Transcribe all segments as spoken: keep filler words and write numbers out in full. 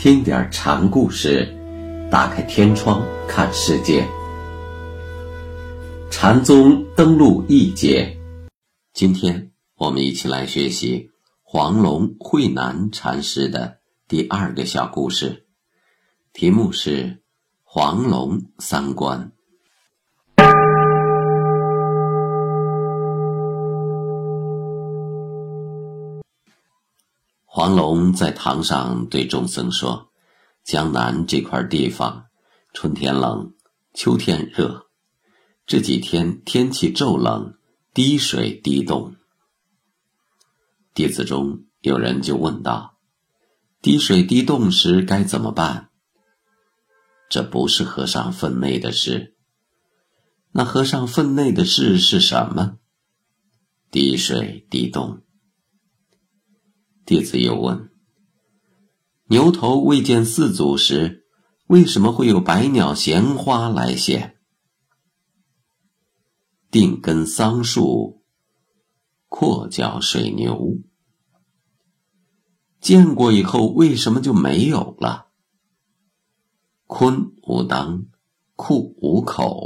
听点禅故事，打开天窗看世界。禅宗登陆一节，今天我们一起来学习黄龙慧南禅师的第二个小故事，题目是黄龙三观。黄龙在堂上对众僧说，江南这块地方春天冷，秋天热，这几天天气骤冷，滴水滴冻。弟子中有人就问道，滴水滴冻时该怎么办？这不是和尚分内的事。那和尚分内的事是什么？滴水滴冻。弟子又问，牛头未见四祖时，为什么会有百鸟衔花来现？定根桑树，阔脚水牛。见过以后为什么就没有了？鲲无裆，库无口。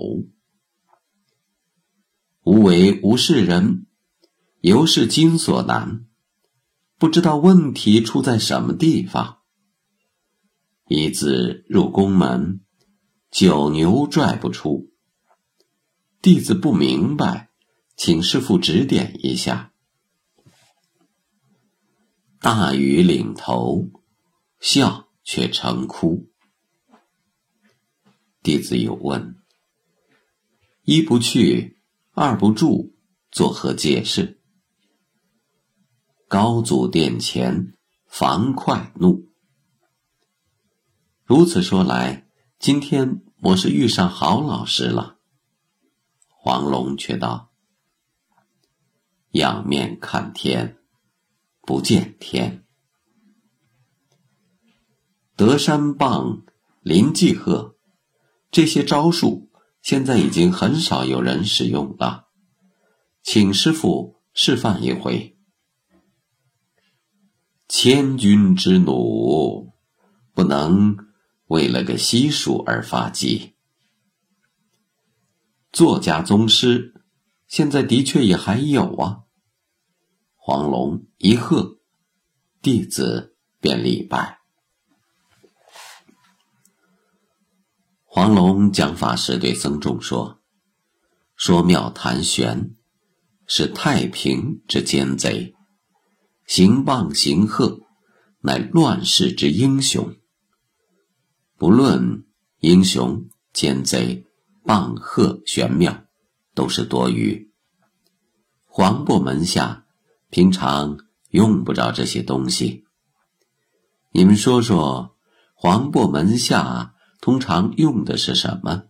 无为无是人，犹是今所难。不知道问题出在什么地方。一字入宫门，九牛拽不出。弟子不明白，请师父指点一下。大雨领头，笑却成哭。弟子又问，一不去，二不住，作何解释？高祖殿前，防快怒。如此说来，今天我是遇上好老师了。黄龙却道，仰面看天，不见天。德山棒、临济鹤，这些招数现在已经很少有人使用了，请师父示范一回。千军之弩，不能为了个西蜀而发迹。作家宗师，现在的确也还有啊。黄龙一喝，弟子便礼拜。黄龙讲法时对僧众说，说妙谈玄是太平之奸贼，行棒行鹤，乃乱世之英雄。不论英雄、奸贼、棒鹤、玄妙，都是多余。黄檗门下平常用不着这些东西。你们说说，黄檗门下通常用的是什么？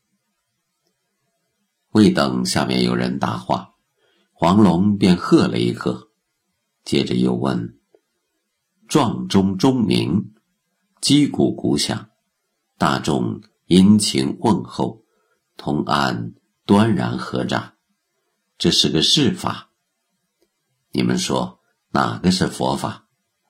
未等下面有人答话，黄龙便喝了一喝，接着又问，撞钟钟鸣，击鼓鼓响，大众殷勤问候，同安端然合掌，这是个事法。你们说哪个是佛法？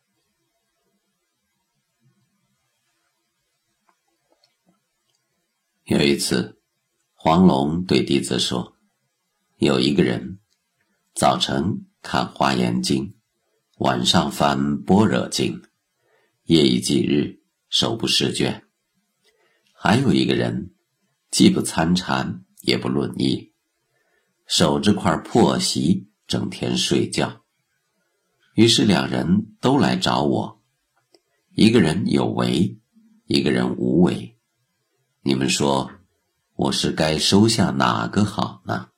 有一次，黄龙对弟子说，有一个人早晨看华严经，晚上翻般若经，夜以继日，手不释卷。还有一个人既不参禅，也不论义，守着块破席，整天睡觉。于是两人都来找我，一个人有为，一个人无为。你们说，我是该收下哪个好呢？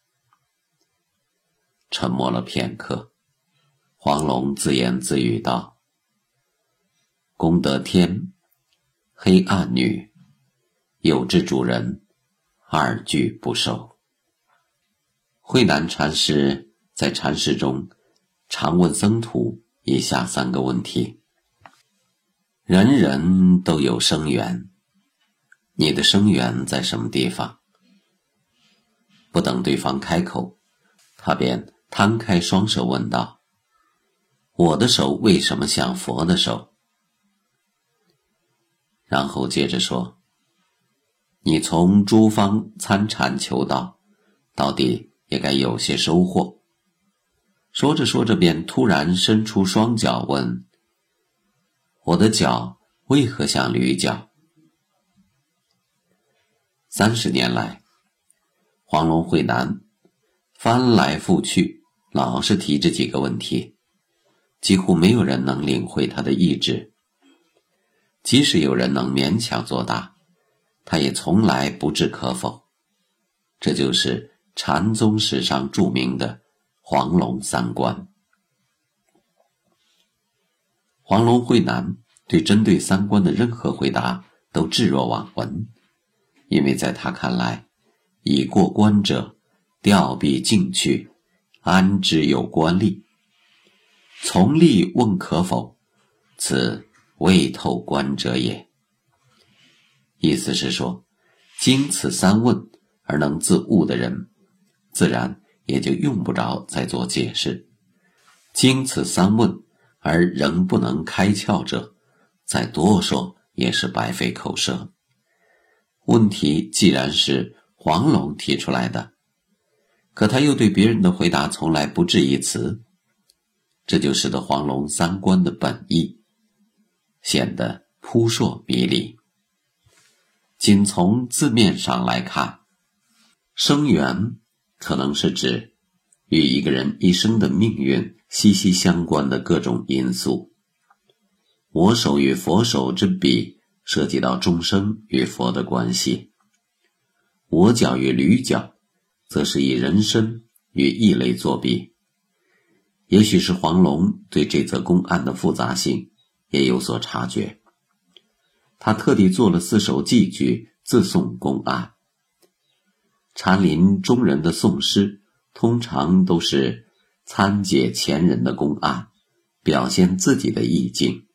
沉默了片刻，黄龙自言自语道，功德天，黑暗女，有之主人，二句不受。慧南禅师在禅室中常问僧徒以下三个问题。人人都有生源，你的生源在什么地方？不等对方开口，他便摊开双手问道，我的手为什么像佛的手？ 然后接着说，你从诸方参禅求道，到底也该有些收获。说着说着便突然伸出双脚问，我的脚为何像驴脚？三十年来，黄龙慧南翻来覆去老是提这几个问题，几乎没有人能领会他的意志。即使有人能勉强作答，他也从来不置可否。这就是禅宗史上著名的黄龙三观。黄龙慧南对针对三观的任何回答都置若罔闻，因为在他看来，已过关者调必进去，安知有官吏？从吏问可否，此未透关者也。意思是说，经此三问而能自悟的人，自然也就用不着再做解释；经此三问而仍不能开窍者，再多说也是白费口舌。问题既然是黄龙提出来的，可他又对别人的回答从来不置一词，这就使得黄龙三观的本意显得扑朔迷离。仅从字面上来看，生缘可能是指与一个人一生的命运息息相关的各种因素。我手与佛手之比，涉及到众生与佛的关系；我脚与驴脚，则是以人身与异类作比。也许是黄龙对这则公案的复杂性也有所察觉，他特地做了四首寄句自诵公案。禅林中人的诵诗通常都是参解前人的公案，表现自己的意境。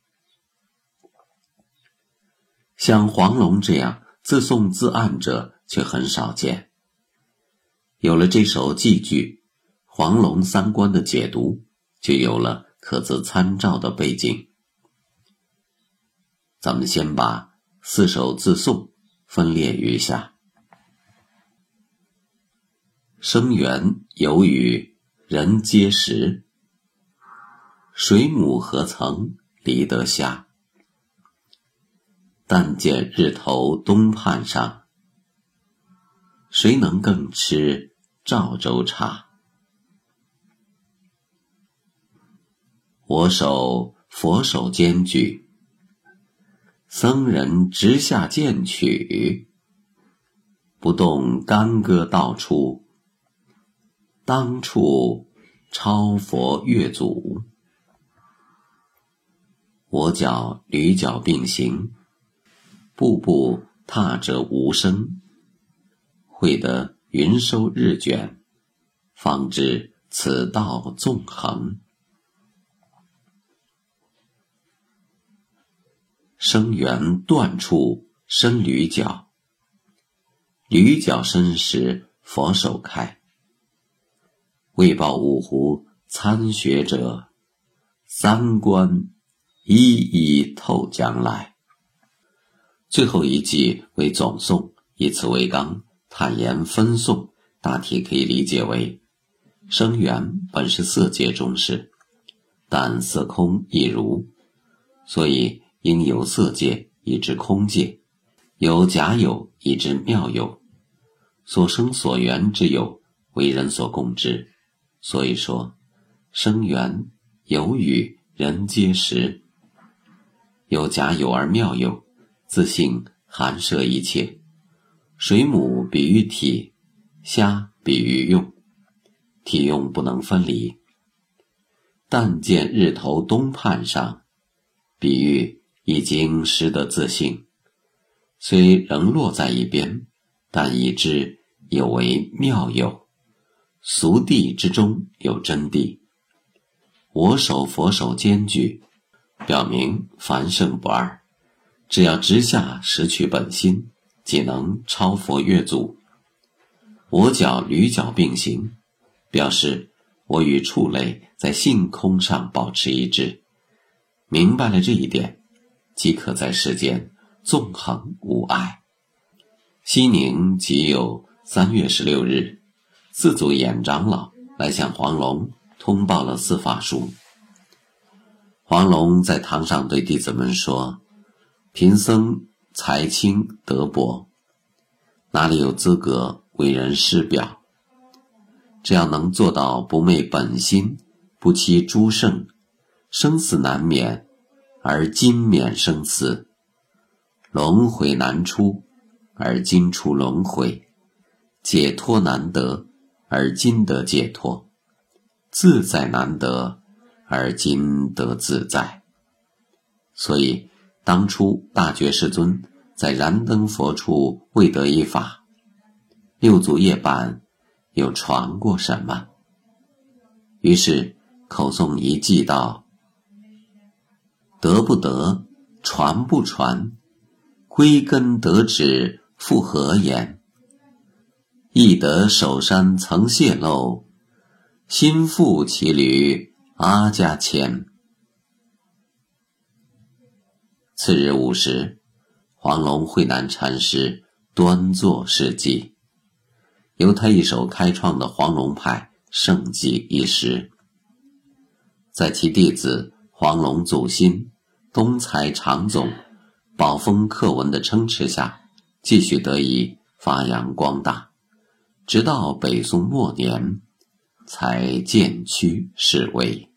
像黄龙这样自诵自案者却很少见。有了这首寄句，黄龙三观的解读就有了可资参照的背景。咱们先把四首自诵分列于下。生缘有语人皆识，水母何曾离得下？但见日头东畔上，谁能更吃赵州茶？我手佛手兼举，僧人直下剑曲，不动干戈道出，当处超佛越祖。我脚驴脚并行，步步踏着无声，会得云收日卷，方知此道纵横。生缘断处生驴脚，驴脚生时佛手开。为报五湖参学者，三观一一透将来。最后一句为总诵，以此为纲，坦言分诵，大体可以理解为：生缘本是色界中事，但色空亦如，所以应有色界以知空界，有假有以知妙有，所生所缘之有为人所共知。所以说，生缘有语人皆识，有假有而妙有，自性含摄一切。水母比喻体，虾比喻用，体用不能分离。但见日头东畔上，比喻已经识得自性，虽仍落在一边，但已知有为妙有，俗谛之中有真谛。我手佛手兼具，表明凡圣不二，只要直下识取本心，即能超佛越祖。我脚驴脚并行，表示我与畜类在性空上保持一致。明白了这一点，即可在世间纵横无碍。西宁己酉三月十六日，四祖衍长老来向黄龙通报了四法术。黄龙在堂上对弟子们说，贫僧才轻德薄，哪里有资格为人师表？只要能做到不昧本心，不欺诸圣，生死难免，而今免生死；轮回难出，而今出轮回；解脱难得，而今得解脱；自在难得，而今得自在。所以当初大觉世尊在燃灯佛处未得一法，六祖夜半又传过什么？于是口诵一记道：得不得，传不传，归根得止复何言？亦得首山曾泄露，心腹骑驴阿家牵。次日午时，黄龙慧南禅师端坐示记，由他一手开创的黄龙派盛极一时。在其弟子黄龙祖心、东财常总、宝丰克文的撑持下，继续得以发扬光大，直到北宋末年才渐趋式微。